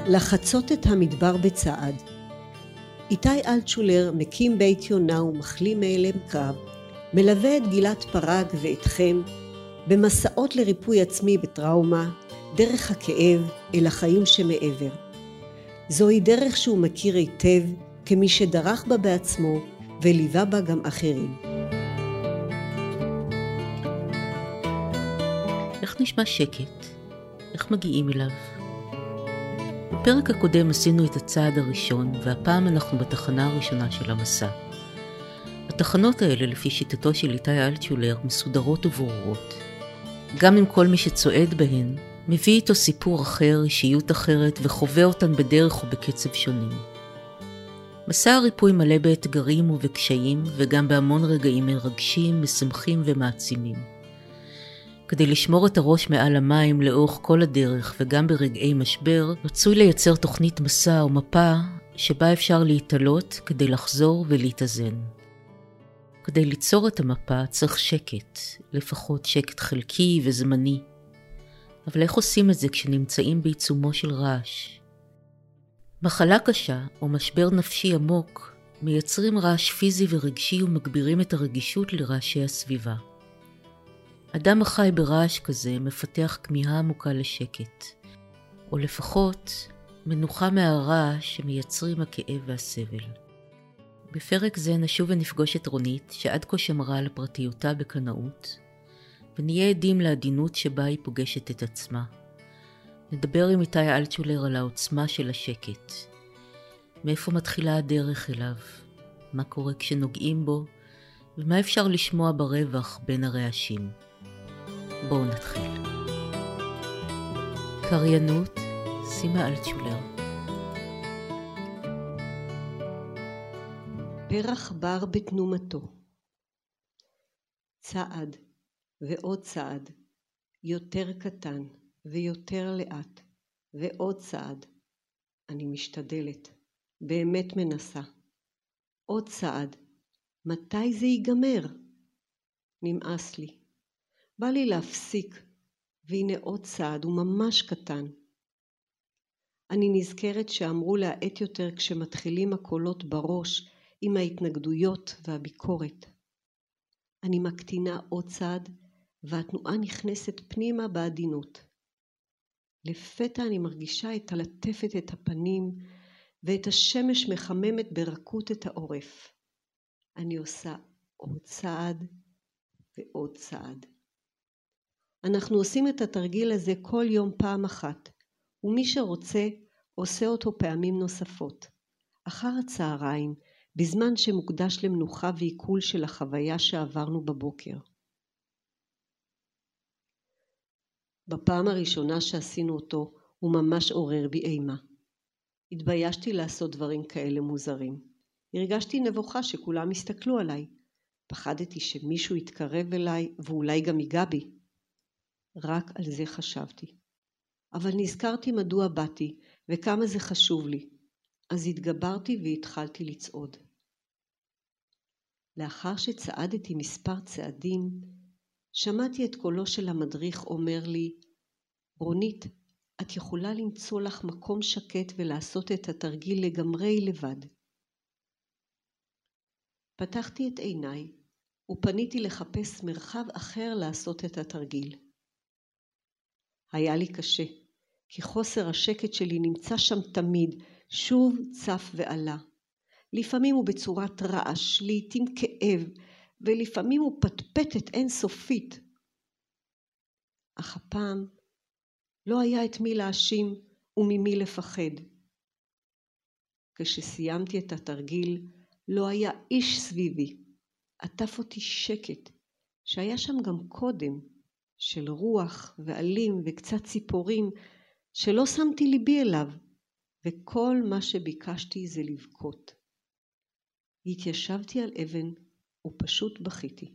לחצות את המדבר בצעד. איתי אלטשולר מקים בית יונה ומחלים מאלם קרב, מלווה את גלעד פרג ואתכם במסעות לריפוי עצמי בטראומה, דרך הכאב אל החיים שמעבר. זוהי דרך שהוא מכיר היטב כמי שדרך בה בעצמו וליווה בה גם אחרים. איך נשמע שקט? איך מגיעים אליו? בפרק הקודם עשינו את הצעד הראשון, והפעם אנחנו בתחנה הראשונה של המסע. התחנות האלה, לפי שיטתו של איתי אלטשולר, מסודרות וברורות. גם אם כל מי שצועד בהן, מביא איתו סיפור אחר, אישיות אחרת, וחווה אותן בדרך ובקצב שונים. מסע הריפוי מלא באתגרים ובקשיים, וגם בהמון רגעים מרגשים, משמחים ומעצימים. כדי לשמור את הראש מעל המים לאורך כל הדרך וגם ברגעי משבר, רצוי לייצר תוכנית מסע או מפה שבה אפשר להתעלות כדי לחזור ולהתאזן. כדי ליצור את המפה צריך שקט, לפחות שקט חלקי וזמני. אבל איך עושים את זה כשנמצאים בעיצומו של רעש? מחלה קשה או משבר נפשי עמוק מייצרים רעש פיזי ורגשי ומגבירים את הרגישות לרעשי הסביבה. אדם החי ברעש כזה מפתח כמיהה עמוקה לשקט, או לפחות מנוחה מהרעש שמייצרים הכאב והסבל. בפרק זה נשוב ונפגוש את רונית, שעד כה שמרה על פרטיותה בקנאות, ונהיה עדים לעדינות שבה היא פוגשת את עצמה. נדבר עם איתי אלטשולר על העוצמה של השקט. מאיפה מתחילה הדרך אליו? מה קורה כשנוגעים בו? ומה אפשר לשמוע ברווח בין הרעשים? בואו נתחיל. קריינות, סימה אלטשולר. פרח בר בתנומתו. צעד ועוד צעד, יותר קטן ויותר לאט, ועוד צעד. אני משתדלת, באמת מנסה. עוד צעד, מתי זה ייגמר? נמאס לי. בא לי להפסיק, והנה עוד צעד, הוא ממש קטן. אני נזכרת שאמרו להאט יותר כשמתחילים הקולות בראש עם ההתנגדויות והביקורת. אני מקטינה עוד צעד, והתנועה נכנסת פנימה בעדינות. לפתע אני מרגישה את הלטפת את הפנים, ואת השמש מחממת ברכות את העורף. אני עושה עוד צעד ועוד צעד. אנחנו עושים את התרגיל הזה כל יום פעם אחת, ומי שרוצה עושה אותו פעמים נוספות. אחר הצהריים, בזמן שמוקדש למנוחה ועיכול של החוויה שעברנו בבוקר. בפעם הראשונה שעשינו אותו, הוא ממש עורר בי אימה. התביישתי לעשות דברים כאלה מוזרים. הרגשתי נבוכה שכולם הסתכלו עליי. פחדתי שמישהו יתקרב אליי ואולי גם ייגע בי. רק על זה חשבתי. אבל נזכרתי מדוע באתי וכמה זה חשוב לי. אז התגברתי והתחלתי לצעוד. לאחר שצעדתי מספר צעדים, שמעתי את קולו של המדריך אומר לי, רונית, את יכולה למצוא לך מקום שקט ולעשות את התרגיל לגמרי לבד. פתחתי את עיניי ופניתי לחפש מרחב אחר לעשות את התרגיל. היה לי קשה, כי חוסר השקט שלי נמצא שם תמיד, שוב צף ועלה. לפעמים הוא בצורת רעש, לעתים כאב, ולפעמים הוא פטפטת אינסופית. אך הפעם לא היה את מי להאשים וממי לפחד. כשסיימתי את התרגיל, לא היה איש סביבי. עטף אותי שקט, שהיה שם גם קודם, של רוח ועלים וקצת ציפורים, שלא שמתי ליבי אליו, וכל מה שביקשתי זה לבכות. התיישבתי על אבן ופשוט בכיתי.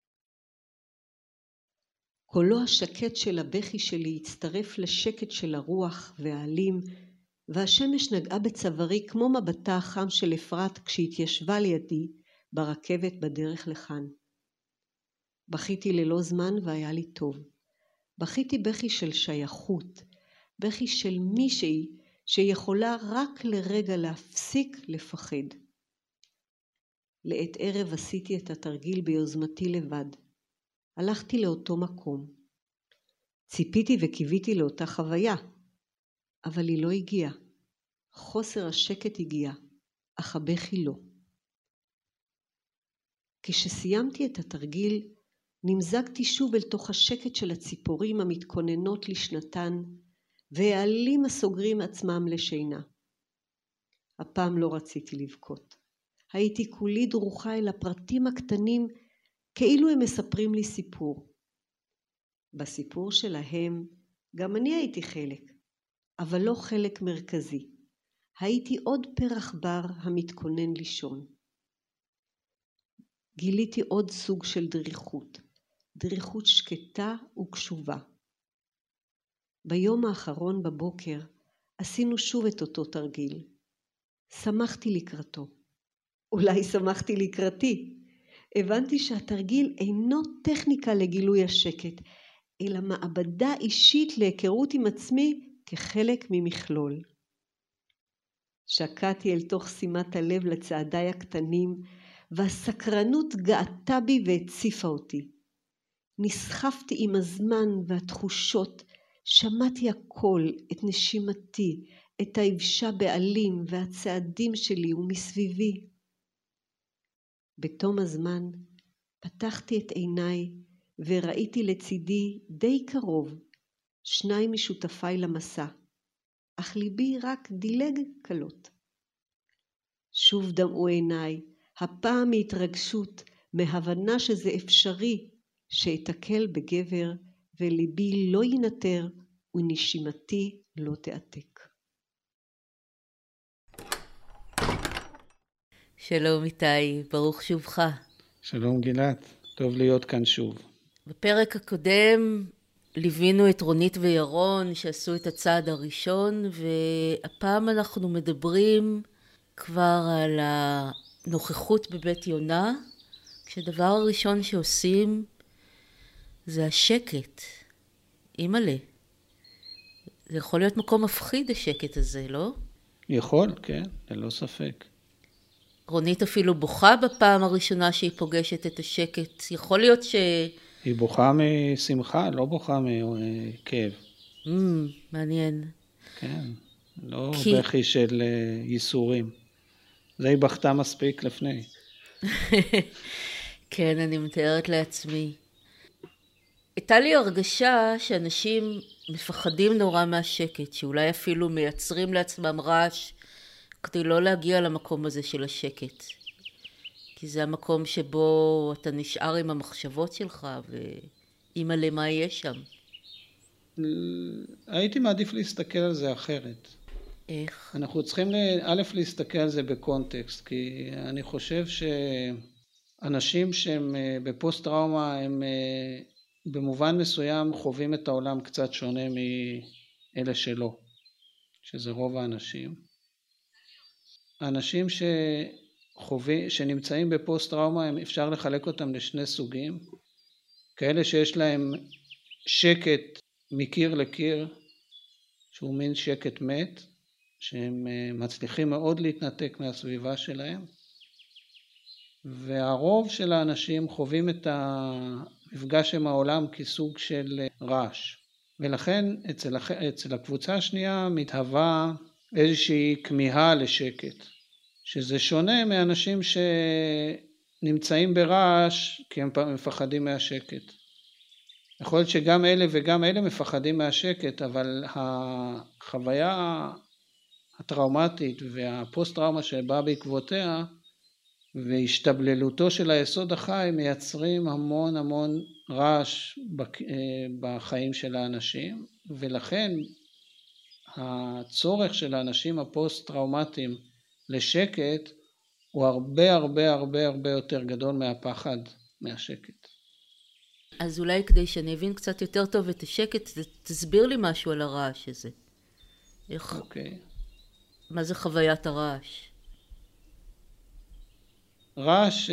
קולו השקט של הבכי שלי הצטרף לשקט של הרוח והעלים, והשמש נגעה בצווארי כמו מבטה החם של אפרת כשהתיישבה לידי ברכבת בדרך לכאן. בכיתי ללא זמן והיה לי טוב. בכיתי בכי של שייכות, בכי של מישהי שיכולה רק לרגע להפסיק לפחד. לעת ערב עשיתי את התרגיל ביוזמתי לבד. הלכתי לאותו מקום. ציפיתי וקיוויתי לאותה חוויה, אבל היא לא הגיעה. חוסר השקט הגיע, אך הבכי לא. כשסיימתי את התרגיל, נמזגתי שוב אל תוך השקט של הציפורים המתכוננות לשנתן, והעלים הסוגרים עצמם לשינה. הפעם לא רציתי לבכות. הייתי כולי דרוכה אל הפרטים הקטנים, כאילו הם מספרים לי סיפור. בסיפור שלהם גם אני הייתי חלק, אבל לא חלק מרכזי. הייתי עוד פרח בר המתכונן לישון. גיליתי עוד סוג של דריכות, דריכות שקטה וקשובה. ביום האחרון בבוקר עשינו שוב את אותו תרגיל. שמחתי לקראתו. אולי שמחתי לקראתי. הבנתי שהתרגיל אינו טכניקה לגילוי השקט, אלא מעבדה אישית להיכרות עם עצמי כחלק ממכלול. שקעתי אל תוך שימת הלב לצעדיי הקטנים, והסקרנות געתה בי והציפה אותי. נסחפתי עם הזמן והתחושות, שמעתי הכל, את נשימתי, את היבשה בעלים והצעדים שלי ומסביבי. בתום הזמן פתחתי את עיניי וראיתי לצידי די קרוב שניים משותפיי למסע, אך ליבי רק דילג קלות. שוב דמעו עיניי, הפעם מהתרגשות, מהבנה שזה אפשרי שאתקל בגבר וליבי לא ינטר ונשימתי לא תעתק. שלום איתי, ברוך שובך. שלום גילת, טוב להיות כאן שוב. בפרק הקודם ליווינו את רונית וירון שעשו את הצעד הראשון, והפעם אנחנו מדברים כבר על הנוכחות בבית יונה, כשדבר הראשון שעושים זה השקט. אימא'לה, זה יכול להיות מקום מפחיד השקט הזה, לא? יכול, כן, ללא ספק. רונית אפילו בוכה בפעם הראשונה שהיא פוגשת את השקט. יכול להיות היא בוכה משמחה, לא בוכה מכאב. מעניין. כן, לא בכי של ייסורים. זה היא בכתה מספיק לפני. כן, אני מתארת לעצמי. הייתה לי הרגשה שאנשים מפחדים נורא מהשקט, שאולי אפילו מייצרים לעצמם רעש, כדי לא להגיע למקום הזה של השקט. כי זה המקום שבו אתה נשאר עם המחשבות שלך, ואימא'לה מה יש שם. הייתי מעדיף להסתכל על זה אחרת. איך? אנחנו צריכים להסתכל על זה בקונטקסט, כי אני חושב שאנשים שהם בפוסט טראומה, הם במובן מסוים חווים את העולם קצת שונה מאלה שלא, שזה רוב האנשים. האנשים שנמצאים בפוסט טראומה, אפשר לחלק אותם לשני סוגים, כאלה שיש להם שקט מקיר לקיר, שהוא מין שקט מת, שהם מצליחים מאוד להתנתק מהסביבה שלהם, והרוב של האנשים חווים את המפגש עם העולם כסוג של רעש, ולכן אצל הקבוצה השנייה מתהווה איזושהי כמיהה לשקט, שזה שונה מאנשים שנמצאים ברעש כי הם מפחדים מהשקט. יכול להיות שגם אלה וגם אלה מפחדים מהשקט, אבל החוויה הטראומטית והפוסט טראומה שבאה בעקבותיה והשתבללותו של היסוד החי מייצרים המון המון רעש בחיים של האנשים, ולכן הצורך של האנשים הפוסט טראומטיים לשקט הוא הרבה הרבה הרבה הרבה יותר גדול מהפחד מהשקט. אז אולי כדי שאני אבין קצת יותר טוב את השקט, תסביר לי משהו על הרעש הזה. אוקיי. מה זה חוויית הרעש? רעש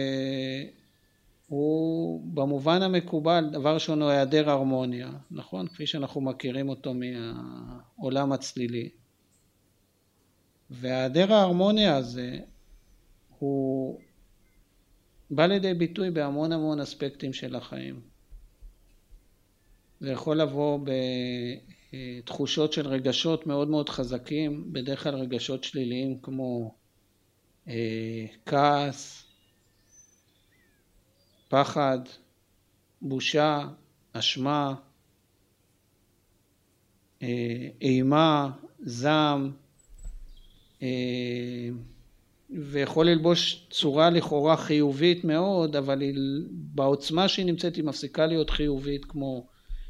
הוא במובן המקובל, דבר ראשון הוא היעדר הרמוניה, נכון? כפי שאנחנו מכירים אותו מהעולם הצלילי. והיעדר ההרמוניה הזה הוא בא לידי ביטוי בהמון אספקטים של החיים. זה יכול לבוא בתחושות של רגשות מאוד חזקים, בדרך כלל רגשות שליליים כמו כעס, פחד, בושה, אשמה, אימה, זעם, ויכול ללבוש צורה לכאורה חיובית מאוד, אבל בעוצמה שהיא נמצאת היא מפסיקה להיות חיובית, כמו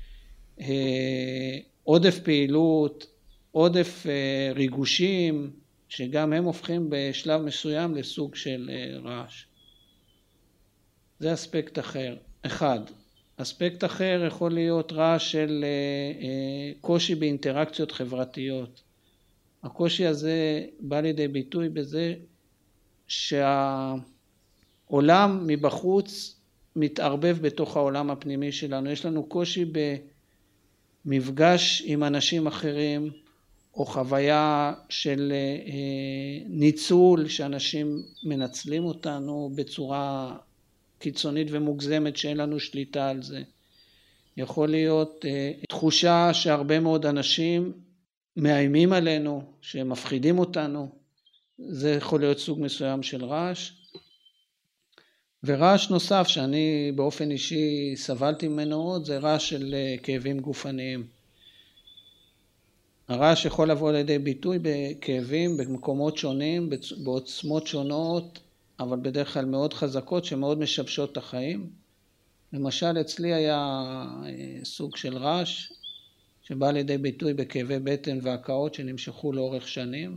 עודף פעילות, עודף ריגושים, שגם הם הופכים בשלב מסוים לסוג של רעש. זה אספקט אחר. אחד. אספקט אחר יכול להיות רעש של קושי באינטראקציות חברתיות. הקושי הזה בא לידי ביטוי בזה שהעולם מבחוץ מתערבב בתוך העולם הפנימי שלנו. יש לנו קושי במפגש עם אנשים אחרים, או חוויה של ניצול, שאנשים מנצלים אותנו בצורה קיצונית ומוגזמת שאין לנו שליטה על זה. יכול להיות תחושה שהרבה מאוד אנשים מאיימים עלינו, שהם מפחידים אותנו. זה יכול להיות סוג מסוים של רעש. ורעש נוסף שאני באופן אישי סבלתי ממנו עוד, זה רעש של כאבים גופניים. הרעש יכול לבוא לידי ביטוי בכאבים במקומות שונים, בעוצמות שונות, אבל בדרך כלל מאוד חזקות שמאוד משבשות את החיים. למשל אצלי היה סוג של רעש שבא לידי ביטוי בכאבי בטן והקאות שנמשכו לאורך שנים.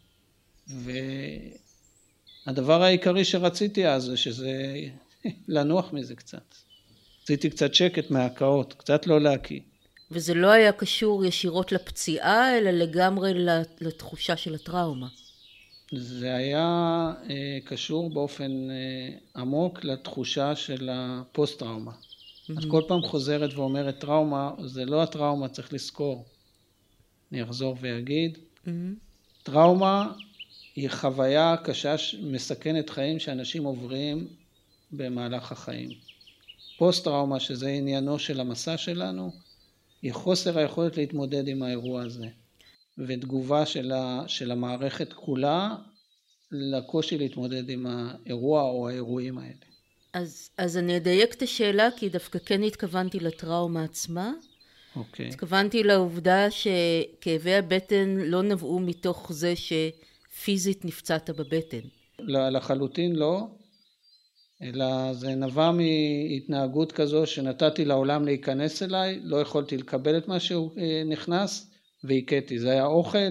והדבר העיקרי שרציתי אז זה שזה לנוח מזה קצת. רציתי קצת שקט מהקאות, קצת לא להקיא. וזה לא היה קשור ישירות לפציעה, אלא לגמרי לתחושה של הטראומה. זה היה קשור באופן עמוק לתחושה של הפוסט-טראומה. את כל פעם חוזרת ואומרת טראומה, זה לא הטראומה, צריך לזכור. אני אחזור ואגיד. טראומה היא חוויה קשה מסכנת חיים שאנשים עוברים במהלך החיים. פוסט-טראומה, שזה עניינו של המסע שלנו, היא חוסר היכולת להתמודד עם האירוע הזה. ותגובה של המערכת כולה לקושי להתמודד עם האירוע או האירועים האלה. אז אני אדייק את השאלה, כי דווקא כן התכוונתי לטראומה עצמה. אוקיי. התכוונתי לעובדה שכאבי הבטן לא נבעו מתוך זה שפיזית נפצעת בבטן. לחלוטין לא, אלא זה נבע מהתנהגות כזו שנתתי לעולם להיכנס אליי, לא יכולתי לקבל את מה שהוא נכנס, והיקטי. זה היה אוכל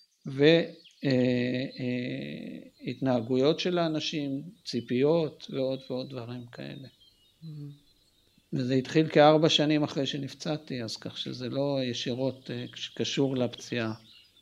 והתנהגויות של האנשים, ציפיות ועוד ועוד דברים כאלה. וזה התחיל כ4 שנים אחרי שנפצעתי, אז כך שזה לא ישירות קשור לפציעה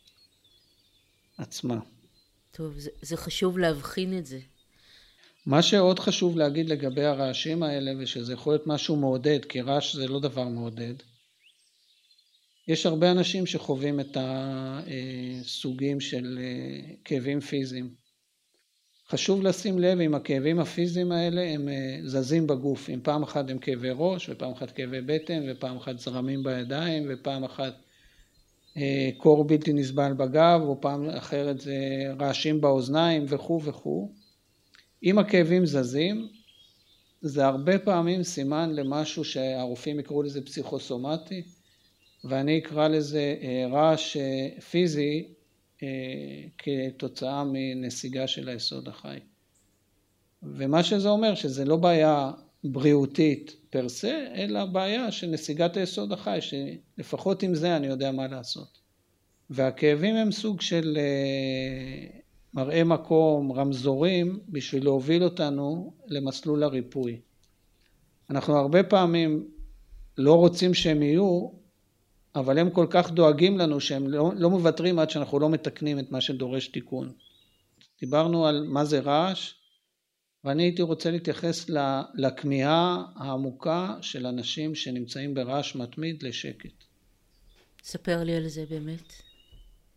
עצמה. טוב, זה חשוב להבחין את זה. מה שעוד חשוב להגיד לגבי הרעשים האלה, ושזה יכול להיות משהו מעודד, כי רעש זה לא דבר מעודד. יש הרבה אנשים שחווים את הסוגים של כאבים פיזיים. חשוב לשים לב אם הכאבים הפיזיים האלה הם זזים בגוף. אם פעם אחת הם כאבי ראש, ופעם אחת כאבי בטן, ופעם אחת זרמים בידיים, ופעם אחת קור בלתי נסבל בגב, או פעם אחרת זה רעשים באוזניים וכו' וכו'. אם הכאבים זזים, זה הרבה פעמים סימן למשהו שהרופאים יקראו לזה פסיכוסומטי, ואני אקרא לזה רעש פיזי כתוצאה מנסיגה של היסוד החי. ומה שזה אומר שזה לא בעיה בריאותית פרסה, אלא בעיה של נסיגת היסוד החי, שלפחות עם זה אני יודע מה לעשות. והכאבים הם סוג של מראה מקום, רמזורים, בשביל להוביל אותנו למסלול הריפוי. אנחנו הרבה פעמים לא רוצים שהם יהיו, אבל הם כל כך דואגים לנו שהם לא מוותרים עד שאנחנו לא מתקנים את מה שדורש תיקון. דיברנו על מה זה רעש, ואני הייתי רוצה להתייחס לכמיהה העמוקה של אנשים שנמצאים ברעש מתמיד לשקט. ספר לי על זה באמת.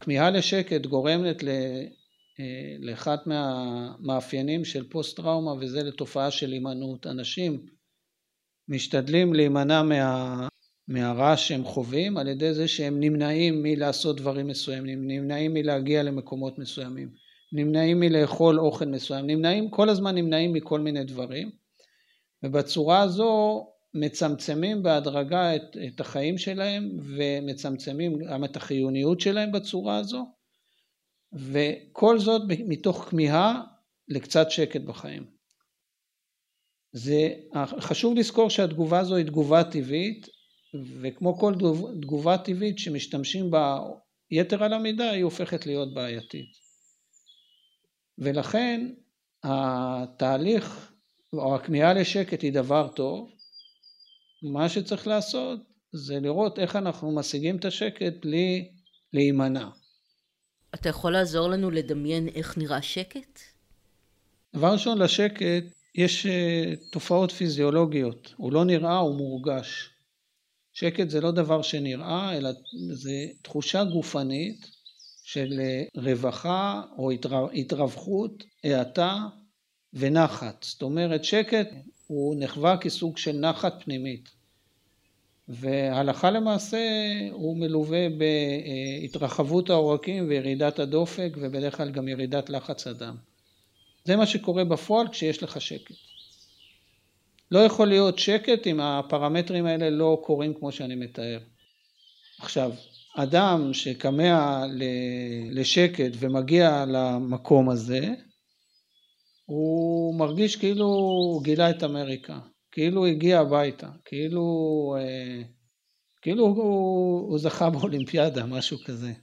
כמיהה לשקט גורמת לאחד מהמאפיינים של פוסט טראומה, וזה לתופעה של הימנעות. אנשים משתדלים להימנע מהרעש שהם חווים על ידי זה שהם נמנעים מלעשות דברים מסוימים, נמנעים מלהגיע למקומות מסוימים, נמנעים מלאכול אוכל מסוים, כל הזמן נמנעים מכל מיני דברים, ובצורה הזו מצמצמים בהדרגה את החיים שלהם, ומצמצמים גם את החיוניות שלהם בצורה הזו, וכל זאת מתוך כמיהה לקצת שקט בחיים. חשוב לזכור שהתגובה הזו היא תגובה טבעית, וכמו כל תגובה טבעית שמשתמשים בה יתר על המידה, היא הופכת להיות בעייתית. ולכן התהליך או הכמיהה לשקט היא דבר טוב. מה שצריך לעשות זה לראות איך אנחנו משיגים את השקט בלי להימנע. אתה יכול לעזור לנו לדמיין איך נראה שקט? דבר ראשון, לשקט יש תופעות פיזיולוגיות. הוא לא נראה, הוא מורגש. שקט זה לא דבר שנראה, אלא זה תחושה גופנית של רווחה או התרווחיות, האטה ונחת. זאת אומרת, שקט הוא נחווה כסוג של נחת פנימית. והלכה למעשה הוא מלווה בהתרחבות העורקים וירידת הדופק, ובדרך כלל גם ירידת לחץ הדם. זה מה שקורה בפועל כשיש לך שקט. לא יכול להיות שקט אם הפרמטרים האלה לא קורים כמו שאני מתאר. עכשיו, אדם שקמע לשקט ומגיע למקום הזה, הוא מרגיש כאילו הוא גילה את אמריקה, כאילו הוא הגיע הביתה, כאילו הוא זכה באולימפיאדה, משהו כזה.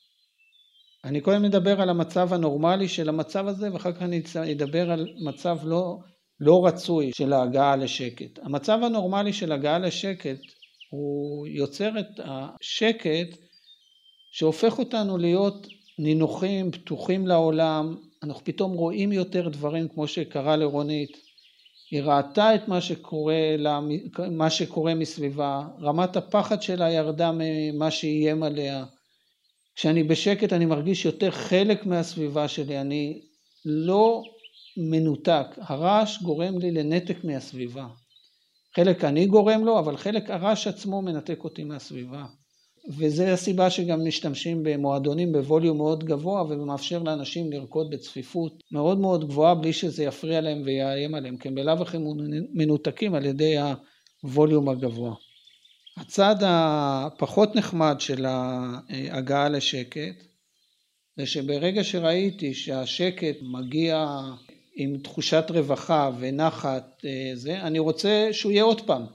אני קודם מדבר על המצב הנורמלי של המצב הזה, ואחר כך אני אדבר על מצב לא רצוי של ההגעה לשקט. המצב הנורמלי של הגעה לשקט הוא יוצר את השקט שהופך אותנו להיות נינוחים, פתוחים לעולם. אנחנו פתאום רואים יותר דברים כמו שקרה לרונית. היא ראתה את מה שקורה מסביבה, רמת הפחד שלה ירדה ממה שאיים עליה. כשאני בשקט אני מרגיש יותר חלק מהסביבה שלי, אני לא מנותק. הרעש גורם לי לנתק מהסביבה. חלק אני גורם לו, אבל חלק הרעש עצמו מנתק אותי מהסביבה. וזה הסיבה שגם משתמשים במועדונים בווליום מאוד גבוה, ומאפשר לאנשים לרקוד בצפיפות מאוד מאוד גבוהה, בלי שזה יפריע להם ויאיים עליהם, כי הם בלאו הכי מנותקים על ידי הווליום הגבוה. הצד הפחות נחמד של ההגעה לשקט, זה שברגע שראיתי שהשקט מגיע עם תחושת רווחה ונחת, אני רוצה שהוא יהיה עוד פעם.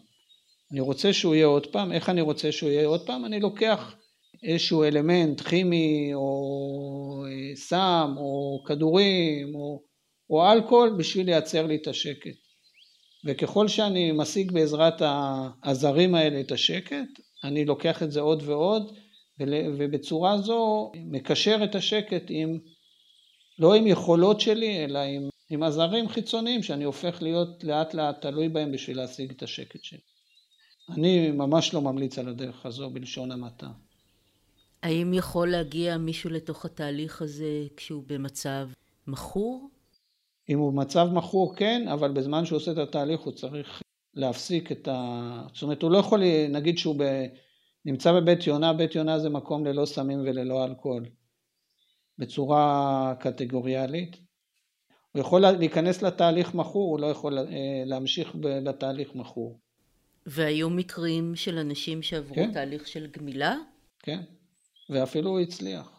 איך אני רוצה שהוא יהיה עוד פעם? אני לוקח איזשהו אלמנט כימי או סם או כדורים או אלכוהול בשביל לייצר לי את השקט. וככל שאני משיג בעזרת העזרים האלה את השקט, אני לוקח את זה עוד ועוד, ובצורה זו מקשר את השקט לא עם יכולות שלי, אלא עם עזרים חיצוניים שאני הופך להיות לאט לאט תלוי בהם בשביל להשיג את השקט שלי. אני ממש לא ממליץ על הדרך הזו בלשון המעטה. האם יכול להגיע מישהו לתוך התהליך הזה כשהוא במצב מכור? אם הוא במצב מכור כן, אבל בזמן שהוא עושה את התהליך הוא צריך להפסיק זאת אומרת, הוא לא יכול, נגיד שהוא נמצא בבית יונה, בית יונה זה מקום ללא סמים וללא אלכוהול, בצורה קטגוריאלית. הוא יכול להיכנס לתהליך מכור, הוא לא יכול להמשיך לתהליך מכור. והיו מקרים של אנשים שעברו כן. תהליך של גמילה? כן, ואפילו הוא הצליח.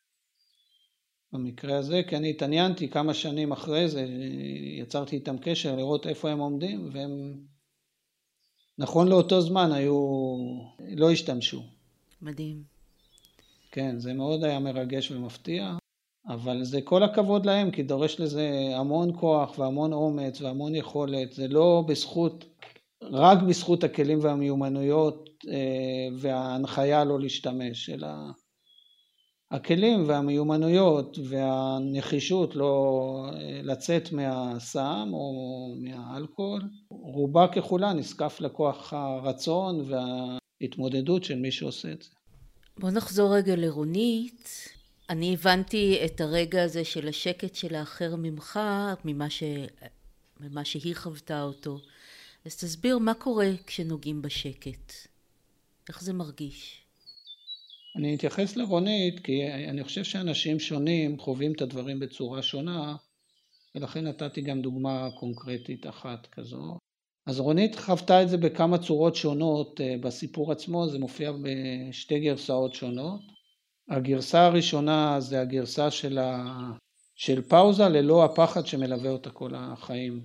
במקרה הזה, כי אני התעניינתי כמה שנים אחרי זה, יצרתי איתם קשר לראות איפה הם עומדים, והם נכון לאותו זמן לא השתמשו. מדהים. כן, זה מאוד היה מרגש ומפתיע, אבל זה כל הכבוד להם, כי דורש לזה המון כוח והמון אומץ והמון יכולת, זה לא רק בזכות הכלים והמיומנויות וההנחיה לא להשתמש, אלא הכלים והמיומנויות והנחישות לא לצאת מהסם או מהאלכוהול, רובה ככולה נזקף לכוח הרצון וההתמודדות של מי שעושה את זה. בוא נחזור רגע לרונית. אני הבנתי את הרגע הזה של השקט של האחר ממך, ממה שהיא חוותה אותו. אז תסביר מה קורה כשנוגעים בשקט. איך זה מרגיש? אני אתייחס לרונית כי אני חושב שאנשים שונים חווים את הדברים בצורה שונה, ולכן נתתי גם דוגמה קונקרטית אחת כזו. אז רונית חוותה את זה בכמה צורות שונות בסיפור עצמו, זה מופיע בשתי גרסאות שונות. הגרסה הראשונה זה הגרסה של פאוזה ללא הפחד שמלווה אותה כל החיים.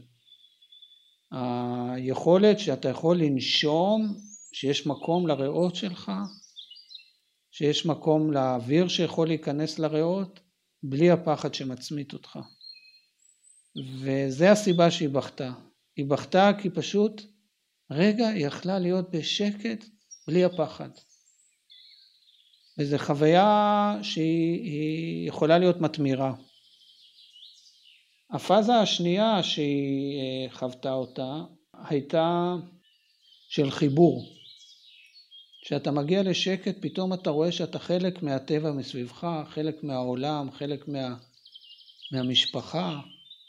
היכולת שאתה יכול לנשום, שיש מקום לריאות שלך, שיש מקום לאוויר שיכול להיכנס לריאות, בלי הפחד שמצמית אותך. וזה הסיבה שהיא בכתה. היא בכתה כי פשוט רגע היא יכלה להיות בשקט בלי הפחד. וזו חוויה שהיא יכולה להיות מתמירה. הפאזה השנייה שהיא חוותה אותה הייתה של חיבור. כשאתה מגיע לשקט פתאום אתה רואה שאתה חלק מהטבע מסביבך, חלק מהעולם, חלק מהמשפחה.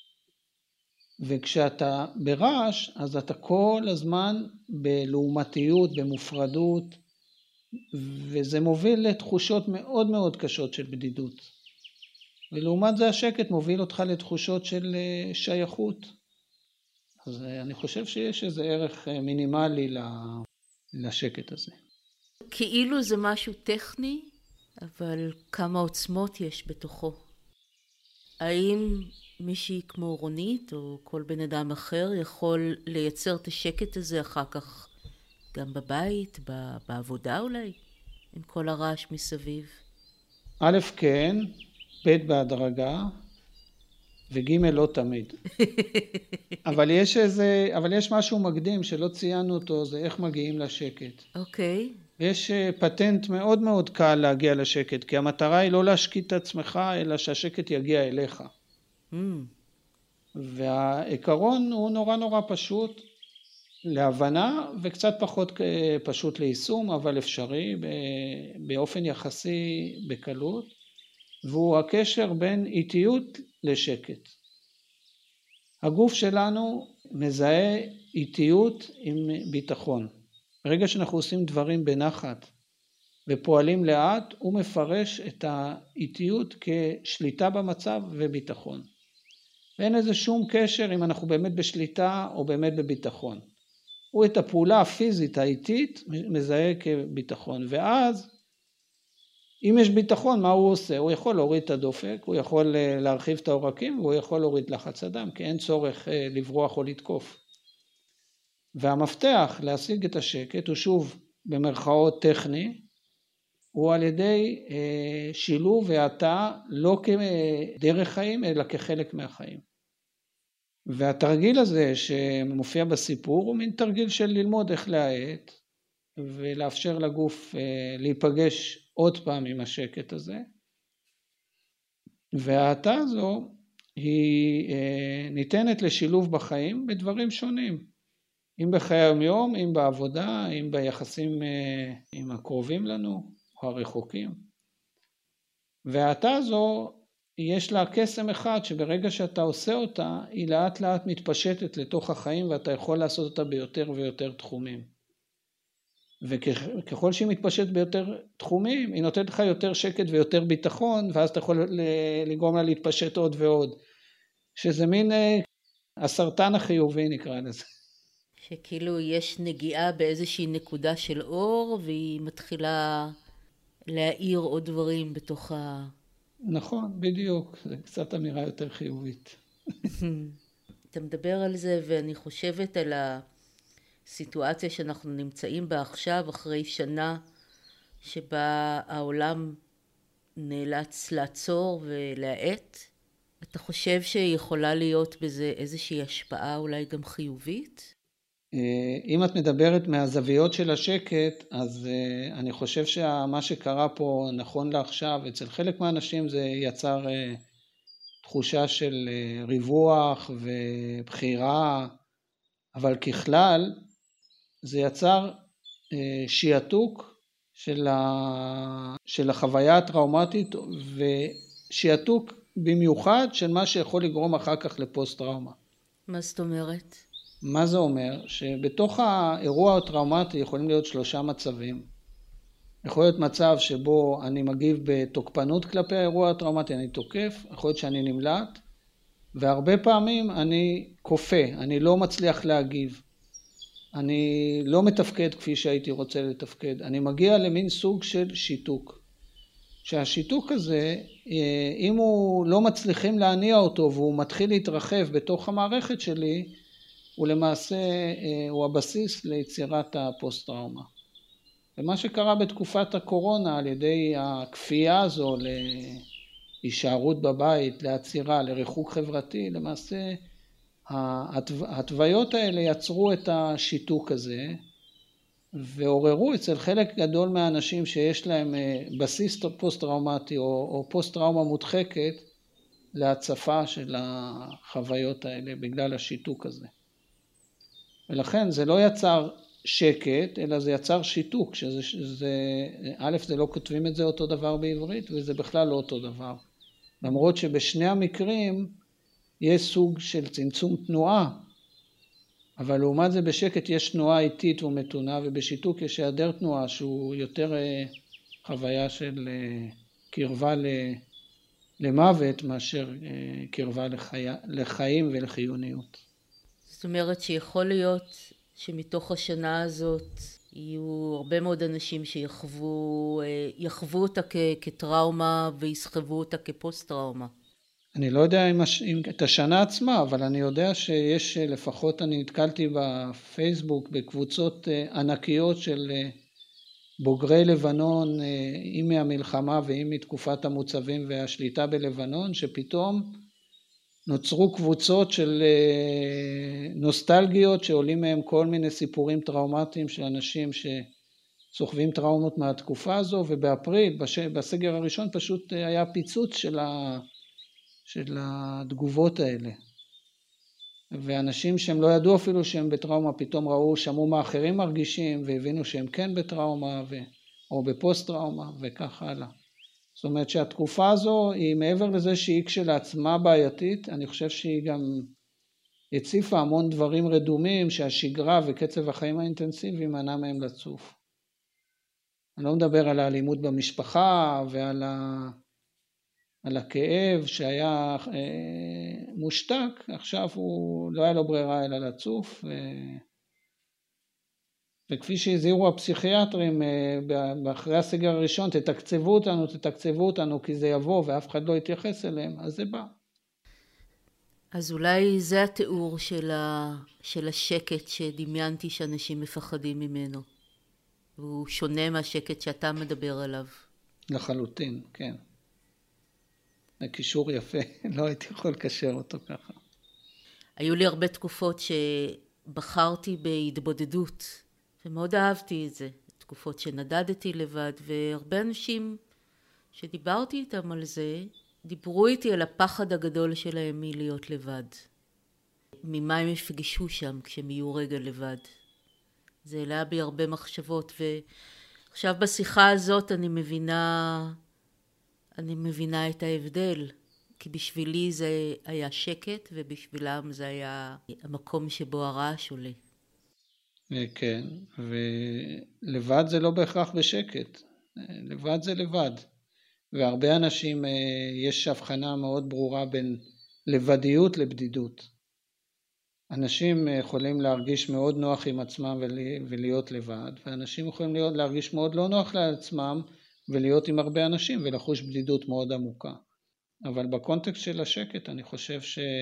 וכשאתה ברעש אז אתה כל הזמן בלעומתיות, במופרדות, וזה מוביל לתחושות מאוד מאוד קשות של בדידות. ולעומת זה השקט מוביל אותך לתחושות של שייכות. אז אני חושב שיש איזה ערך מינימלי לשקט הזה. כאילו זה משהו טכני, אבל כמה עוצמות יש בתוכו. האם מישהי כמו רונית או כל בן אדם אחר יכול לייצר את השקט הזה אחר כך גם בבית, בעבודה אולי, עם כל הרעש מסביב? א' כן, ב' בהדרגה, וג' לא תמיד. אבל יש משהו מקדים שלא ציינו אותו, זה איך מגיעים לשקט. אוקיי. ויש פטנט מאוד מאוד קל להגיע לשקט, כי המטרה היא לא להשקיט את עצמך, אלא שהשקט יגיע אליך. והעיקרון הוא נורא נורא פשוט להבנה, וקצת פחות פשוט ליישום, אבל אפשרי באופן יחסי בקלות, והוא הקשר בין איטיות לשקט. הגוף שלנו מזהה איטיות עם ביטחון. ברגע שאנחנו עושים דברים בנחת ופועלים לאט, הוא מפרש את האיטיות כשליטה במצב וביטחון. ואין איזה שום קשר אם אנחנו באמת בשליטה או באמת בביטחון. הוא את הפעולה הפיזית האיטית מזהה כביטחון. ואז אם יש ביטחון, מה הוא עושה? הוא יכול להוריד את הדופק, הוא יכול להרחיב את העורקים, והוא יכול להוריד לחץ הדם, כי אין צורך לברוח או לתקוף. והמפתח להשיג את השקט הוא שוב במרכאות טכני, הוא על ידי שילוב והטעה לא כדרך חיים אלא כחלק מהחיים. והתרגיל הזה שמופיע בסיפור הוא מין תרגיל של ללמוד איך להאט ולאפשר לגוף להיפגש עוד פעם עם השקט הזה. וההאטה הזו היא ניתנת לשילוב בחיים בדברים שונים. אם בחיי היום, אם בעבודה, אם ביחסים עם הקרובים לנו או הרחוקים. וההאטה הזו יש לה קסם אחד שברגע שאתה עושה אותה היא לאט לאט מתפשטת לתוך החיים ואתה יכול לעשות אותה ביותר ויותר תחומים. וככל שהיא מתפשטת ביותר תחומים היא נותנת לך יותר שקט ויותר ביטחון ואז אתה יכול לגרום לה להתפשט עוד ועוד. שזה מין הסרטן החיובי נקרא לזה. שכאילו יש נגיעה באיזושהי נקודה של אור והיא מתחילה להאיר עוד דברים בתוך נכון, בדיוק. זה קצת אמירה יותר חיובית. אתה מדבר על זה ואני חושבת על הסיטואציה שאנחנו נמצאים בה עכשיו אחרי שנה שבה העולם נאלץ לעצור ולהאט. אתה חושב שיכולה להיות בזה איזושהי השפעה אולי גם חיובית? אם את מדברת מהזוויות של השקט, אז אני חושב שמה שקרה פה נכון לעכשיו, אצל חלק מהאנשים זה יצר תחושה של ריווח ובחירה, אבל ככלל זה יצר שיעתוק של החוויה הטראומטית ושיעתוק במיוחד של מה שיכול לגרום אחר כך לפוסט טראומה. מה זאת אומרת? מה זה אומר? שבתוך האירוע הטראומטי יכולים להיות 3 מצבים. יכול להיות מצב שבו אני מגיב בתוקפנות כלפי האירוע הטראומטי, אני תוקף, יכול להיות שאני נמלט, והרבה פעמים אני כופה, אני לא מצליח להגיב. אני לא מתפקד כפי שהייתי רוצה לתפקד. אני מגיע למין סוג של שיתוק. שהשיתוק הזה, אם הוא לא מצליחים להניע אותו והוא מתחיל להתרחב בתוך המערכת שלי, הוא למעשה, הוא הבסיס ליצירת הפוסט-טראומה. ומה שקרה בתקופת הקורונה על ידי הכפייה הזו להישארות בבית, לעצירה, לריחוק חברתי, למעשה ההתוויות האלה יצרו את השיתוק הזה, ועוררו אצל חלק גדול מהאנשים שיש להם בסיס פוסט-טראומטי או פוסט-טראומה מודחקת, להצפה של החוויות האלה בגלל השיתוק הזה. ולכן זה לא יצר שקט, אלא זה יצר שיתוק, א', זה לא כותבים את זה אותו דבר בעברית, וזה בכלל לא אותו דבר. למרות שבשני המקרים יש סוג של צמצום תנועה, אבל לעומת זה בשקט יש תנועה איטית ומתונה, ובשיתוק יש היעדר תנועה שהוא יותר חוויה של קרבה למוות מאשר קרבה לחיים ולחיוניות. זאת אומרת שיכול להיות שמתוך השנה הזאת יהיו הרבה מאוד אנשים שיחוו אותה כטראומה ויסחבו אותה כפוסט-טראומה. אני לא יודע אם את השנה עצמה, אבל אני יודע שיש לפחות, אני נתקלתי בפייסבוק בקבוצות ענקיות של בוגרי לבנון, אם מהמלחמה ואם מתקופת המוצבים והשליטה בלבנון, שפתאום נוצרו קבוצות של נוסטלגיות שעולים מהם כל מיני סיפורים טראומטיים של אנשים שסוחבים טראומות מהתקופה הזו, ובאפריל, בסגר הראשון פשוט היה פיצוץ של התגובות האלה. ואנשים שהם לא ידעו אפילו שהם בטראומה, פתאום שמעו מה אחרים מרגישים, והבינו שהם כן בטראומה או בפוסט טראומה וכך הלאה. זאת אומרת שהתקופה הזו היא מעבר לזה שהיא כשלעצמה בעייתית, אני חושב שהיא גם הציפה המון דברים רדומים שהשגרה וקצב החיים האינטנסיביים מנע מהם לצוף. אני לא מדבר על האלימות במשפחה ועל הכאב שהיה מושתק, עכשיו הוא לא היה לו ברירה אלא לצוף, וכפי שהזהירו הפסיכיאטרים באחרי הסגר הראשון, תתקצבו אותנו כי זה יבוא ואף אחד לא יתייחס אליהם, אז זה בא. אז אולי זה התיאור של השקט שדמיינתי שאנשים מפחדים ממנו, והוא שונה מהשקט שאתה מדבר עליו. לחלוטין, כן. הקישור יפה, לא הייתי יכול לקשר אותו ככה. היו לי הרבה תקופות שבחרתי בהתבודדות, ומאוד אהבתי את זה. תקופות שנדדתי לבד, והרבה אנשים שדיברתי איתם על זה, דיברו איתי על הפחד הגדול שלהם מלהיות לבד. ממה הם יפגשו שם כשהם יהיו רגע לבד. זה העלה בי הרבה מחשבות, ועכשיו בשיחה הזאת אני מבינה את ההבדל, כי בשבילי זה היה שקט, ובשבילם זה היה המקום שבו הרעש עולה. כן, ולבד זה לא בהכרח בשקט, לבד זה לבד. והרבה אנשים, יש הבחנה מאוד ברורה בין לבדיות לבדידות. אנשים יכולים להרגיש מאוד נוח עם עצמם ולהיות לבד, ואנשים יכולים להרגיש מאוד לא נוח לעצמם ולהיות עם הרבה אנשים ולחוש בדידות מאוד עמוקה. אבל בקונטקסט של השקט אני חושב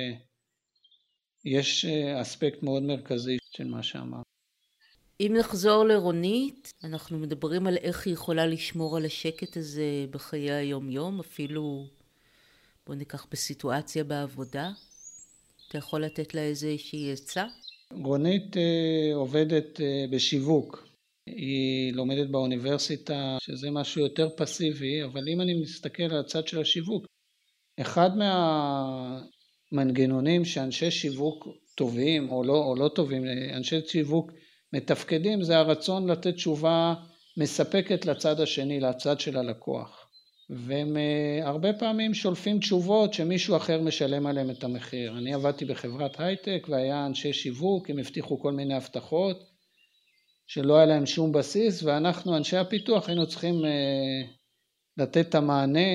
שיש אספקט מאוד מרכזי של מה שאמר. אם נחזור לרונית, אנחנו מדברים על איך היא יכולה לשמור על השקט הזה בחיי היום-יום, אפילו בוא ניקח בסיטואציה בעבודה. אתה יכול לתת לה איזושהי עצה? רונית עובדת בשיווק. היא לומדת באוניברסיטה, שזה משהו יותר פסיבי, אבל אם אני מסתכל על הצד של השיווק, אחד מהמנגנונים שאנשי שיווק טובים או לא טובים, אנשי שיווק מתפקדים, זה הרצון לתת תשובה מספקת לצד השני, לצד של הלקוח. והם הרבה פעמים שולפים תשובות שמישהו אחר משלם עליהם את המחיר. אני עבדתי בחברת הייטק והיה אנשי שיווק, הם הבטיחו כל מיני הבטחות שלא היה להם שום בסיס, ואנחנו אנשי הפיתוח היינו צריכים לתת את המענה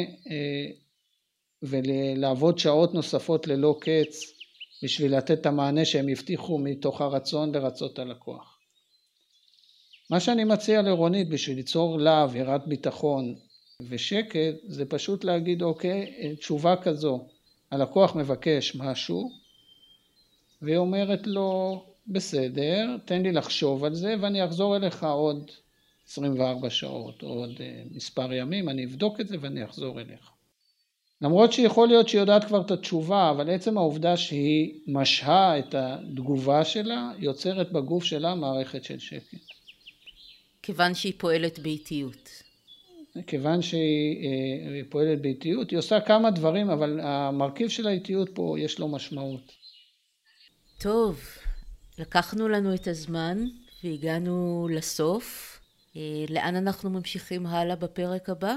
ולעבוד שעות נוספות ללא קץ בשביל לתת את המענה שהם הבטיחו מתוך הרצון לרצות הלקוח. מה שאני מציע לרונית בשביל ליצור לה אווירת ביטחון ושקט, זה פשוט להגיד אוקיי, תשובה כזו, הלקוח מבקש משהו, והיא אומרת לו בסדר, תן לי לחשוב על זה ואני אחזור אליך עוד 24 שעות, או עוד מספר ימים, אני אבדוק את זה ואני אחזור אליך. למרות שיכול להיות שהיא יודעת כבר את התשובה, אבל עצם העובדה שהיא משהה את התגובה שלה, יוצרת בגוף שלה מערכת של שקט. כיוון שהיא פועלת באיטיות. כיוון שהיא פועלת באיטיות, היא עושה כמה דברים, אבל המרכיב של האיטיות פה יש לו משמעות. טוב, לקחנו לנו את הזמן והגענו לסוף. לאן אנחנו ממשיכים הלאה בפרק הבא?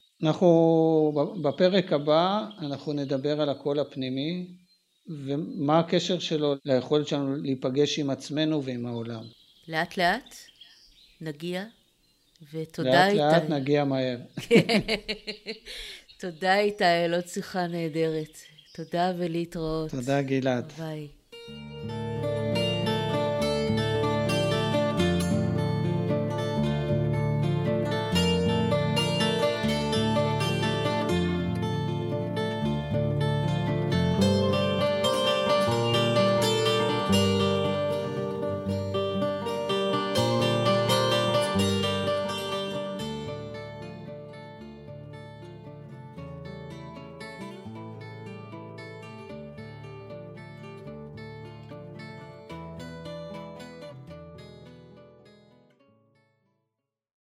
בפרק הבא אנחנו נדבר על הקול הפנימי, ומה הקשר שלו ליכולת שלנו להיפגש עם עצמנו ועם העולם. לאט לאט נגיע, ותודה איתי. לאט לאט נגיע מהר. תודה איתי, לא שיחה נהדרת. תודה ולהתראות. תודה גלעד. ביי.